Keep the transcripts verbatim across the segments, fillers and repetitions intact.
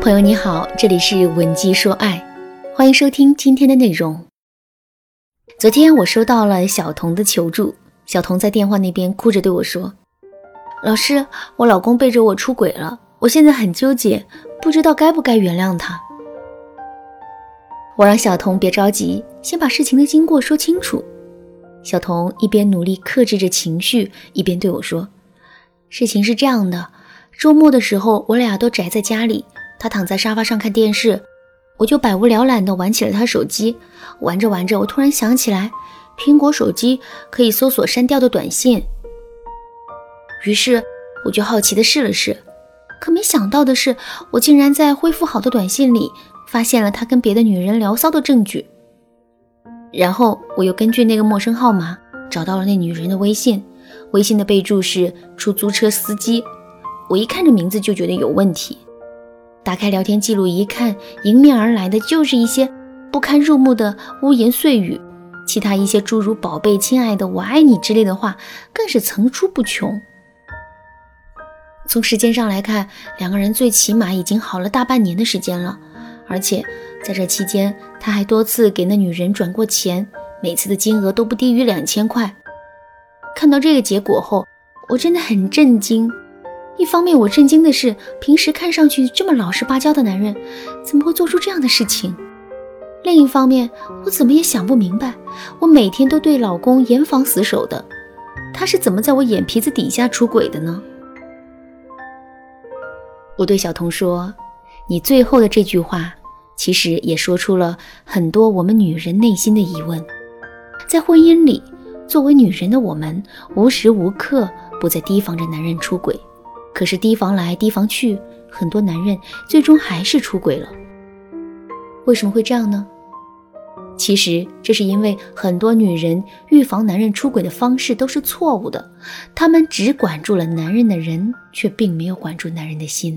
朋友你好，这里是文姬说爱，欢迎收听今天的内容。昨天我收到了小童的求助，小童在电话那边哭着对我说，老师，我老公背着我出轨了，我现在很纠结，不知道该不该原谅他。我让小童别着急，先把事情的经过说清楚。小童一边努力克制着情绪，一边对我说，事情是这样的，周末的时候我俩都宅在家里，他躺在沙发上看电视，我就百无聊赖地玩起了他手机，玩着玩着我突然想起来，苹果手机可以搜索删掉的短信，于是我就好奇地试了试，可没想到的是，我竟然在恢复好的短信里发现了他跟别的女人聊骚的证据。然后我又根据那个陌生号码找到了那女人的微信，微信的备注是出租车司机，我一看这名字就觉得有问题，打开聊天记录一看，迎面而来的就是一些不堪入目的污言碎语，其他一些诸如宝贝、亲爱的、我爱你之类的话更是层出不穷。从时间上来看，两个人最起码已经好了大半年的时间了，而且在这期间他还多次给那女人转过钱，每次的金额都不低于两千块。看到这个结果后，我真的很震惊。一方面我震惊的是，平时看上去这么老实巴交的男人怎么会做出这样的事情，另一方面我怎么也想不明白，我每天都对老公严防死守的，他是怎么在我眼皮子底下出轨的呢？我对小童说，你最后的这句话其实也说出了很多我们女人内心的疑问。在婚姻里，作为女人的我们无时无刻不在提防着男人出轨，可是提防来提防去，很多男人最终还是出轨了。为什么会这样呢？其实这是因为很多女人预防男人出轨的方式都是错误的，她们只管住了男人的人，却并没有管住男人的心。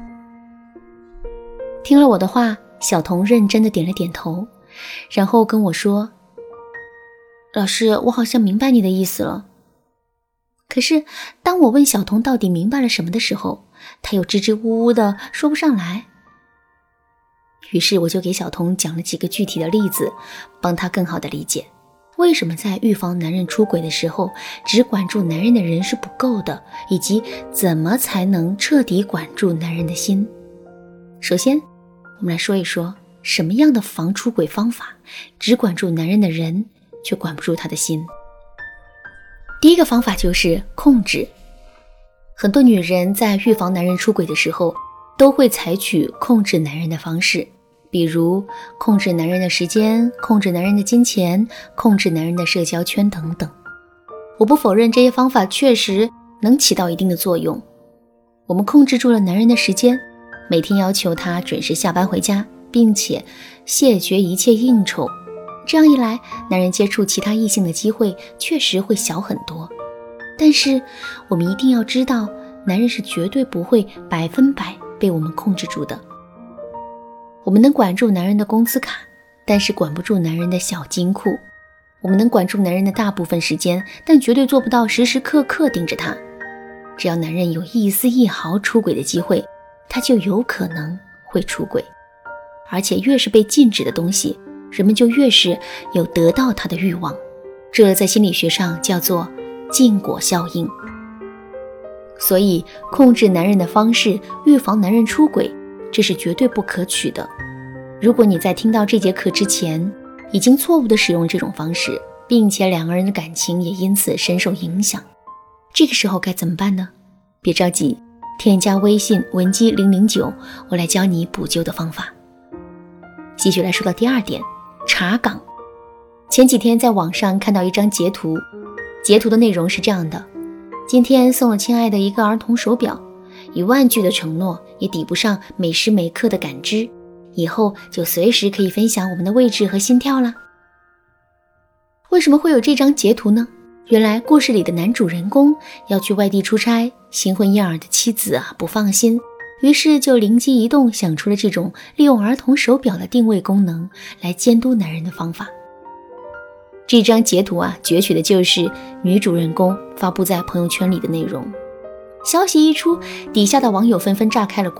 听了我的话，小童认真地点了点头，然后跟我说，老师，我好像明白你的意思了。可是当我问小童到底明白了什么的时候，他又支支吾吾的说不上来。于是我就给小童讲了几个具体的例子，帮他更好的理解为什么在预防男人出轨的时候，只管住男人的人是不够的，以及怎么才能彻底管住男人的心。首先我们来说一说什么样的防出轨方法只管住男人的人，却管不住他的心。第一个方法就是控制。很多女人在预防男人出轨的时候，都会采取控制男人的方式，比如控制男人的时间，控制男人的金钱，控制男人的社交圈等等。我不否认这些方法确实能起到一定的作用。我们控制住了男人的时间，每天要求他准时下班回家，并且谢绝一切应酬，这样一来，男人接触其他异性的机会确实会小很多。但是我们一定要知道，男人是绝对不会百分百被我们控制住的。我们能管住男人的工资卡，但是管不住男人的小金库。我们能管住男人的大部分时间，但绝对做不到时时刻刻盯着他。只要男人有一丝一毫出轨的机会，他就有可能会出轨。而且越是被禁止的东西，人们就越是有得到它的欲望，这在心理学上叫做禁果效应。所以控制男人的方式预防男人出轨，这是绝对不可取的。如果你在听到这节课之前已经错误地使用这种方式，并且两个人的感情也因此深受影响，这个时候该怎么办呢？别着急，添加微信文姬零零九，我来教你补救的方法。继续来说到第二点，查岗。前几天在网上看到一张截图，截图的内容是这样的，今天送了亲爱的一个儿童手表，一万句的承诺也抵不上每时每刻的感知，以后就随时可以分享我们的位置和心跳了。为什么会有这张截图呢？原来故事里的男主人公要去外地出差，新婚燕尔的妻子啊不放心，于是就灵机一动，想出了这种利用儿童手表的定位功能来监督男人的方法。这张截图啊，攫取的就是女主人公发布在朋友圈里的内容。消息一出，底下的网友纷纷炸开了锅，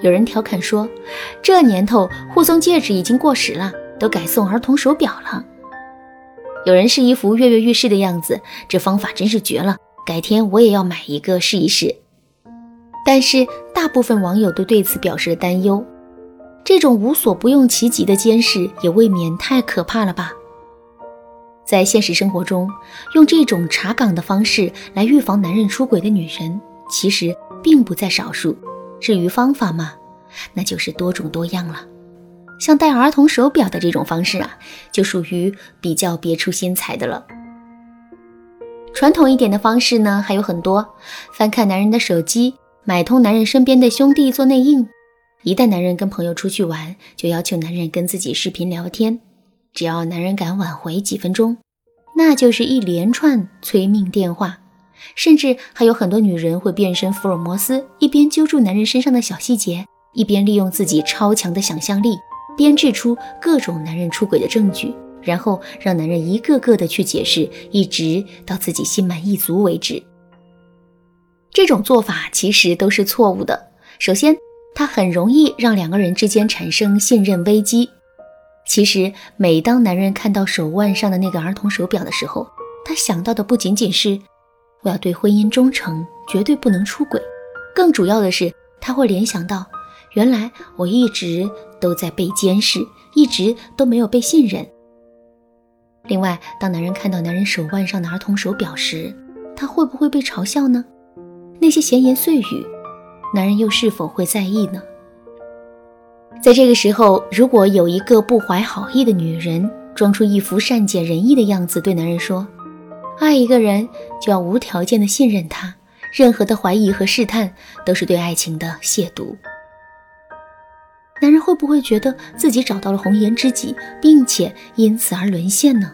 有人调侃说，这年头互送戒指已经过时了，都改送儿童手表了。有人是一副跃跃欲试的样子，这方法真是绝了，改天我也要买一个试一试。但是大部分网友都对此表示了担忧，这种无所不用其极的监视也未免太可怕了吧。在现实生活中，用这种查岗的方式来预防男人出轨的女人其实并不在少数，至于方法嘛，那就是多种多样了。像戴儿童手表的这种方式啊，就属于比较别出心裁的了。传统一点的方式呢，还有很多，翻看男人的手机，买通男人身边的兄弟做内应，一旦男人跟朋友出去玩，就要求男人跟自己视频聊天，只要男人敢挽回几分钟，那就是一连串催命电话。甚至还有很多女人会变身福尔摩斯，一边揪住男人身上的小细节，一边利用自己超强的想象力编制出各种男人出轨的证据，然后让男人一个个的去解释，一直到自己心满意足为止。这种做法其实都是错误的。首先，它很容易让两个人之间产生信任危机。其实每当男人看到手腕上的那个儿童手表的时候，他想到的不仅仅是我要对婚姻忠诚，绝对不能出轨，更主要的是他会联想到，原来我一直都在被监视，一直都没有被信任。另外，当男人看到男人手腕上的儿童手表时，他会不会被嘲笑呢？那些闲言碎语，男人又是否会在意呢？在这个时候，如果有一个不怀好意的女人，装出一副善解人意的样子对男人说，爱一个人就要无条件的信任他，任何的怀疑和试探都是对爱情的亵渎。男人会不会觉得自己找到了红颜知己，并且因此而沦陷呢？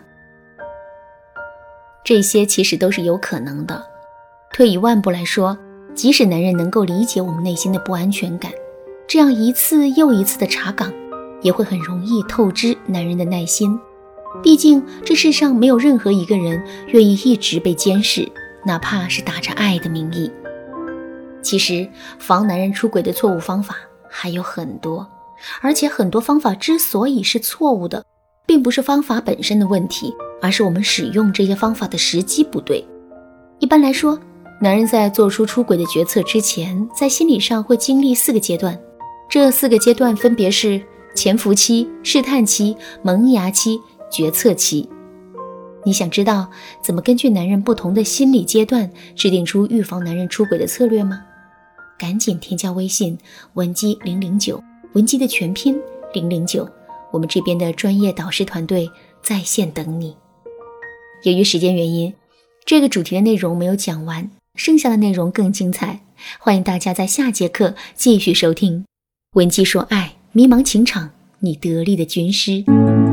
这些其实都是有可能的。退一万步来说，即使男人能够理解我们内心的不安全感，这样一次又一次的查岗，也会很容易透支男人的耐心。毕竟这世上没有任何一个人愿意一直被监视，哪怕是打着爱的名义。其实防男人出轨的错误方法还有很多，而且很多方法之所以是错误的，并不是方法本身的问题，而是我们使用这些方法的时机不对。一般来说，男人在做出出轨的决策之前，在心理上会经历四个阶段，这四个阶段分别是潜伏期、试探期、萌芽期、决策期。你想知道怎么根据男人不同的心理阶段制定出预防男人出轨的策略吗？赶紧添加微信文姬零零九，文姬的全拼零零九，我们这边的专业导师团队在线等你。由于时间原因，这个主题的内容没有讲完，剩下的内容更精彩，欢迎大家在下节课继续收听。文姬说爱，迷茫情场，你得力的军师。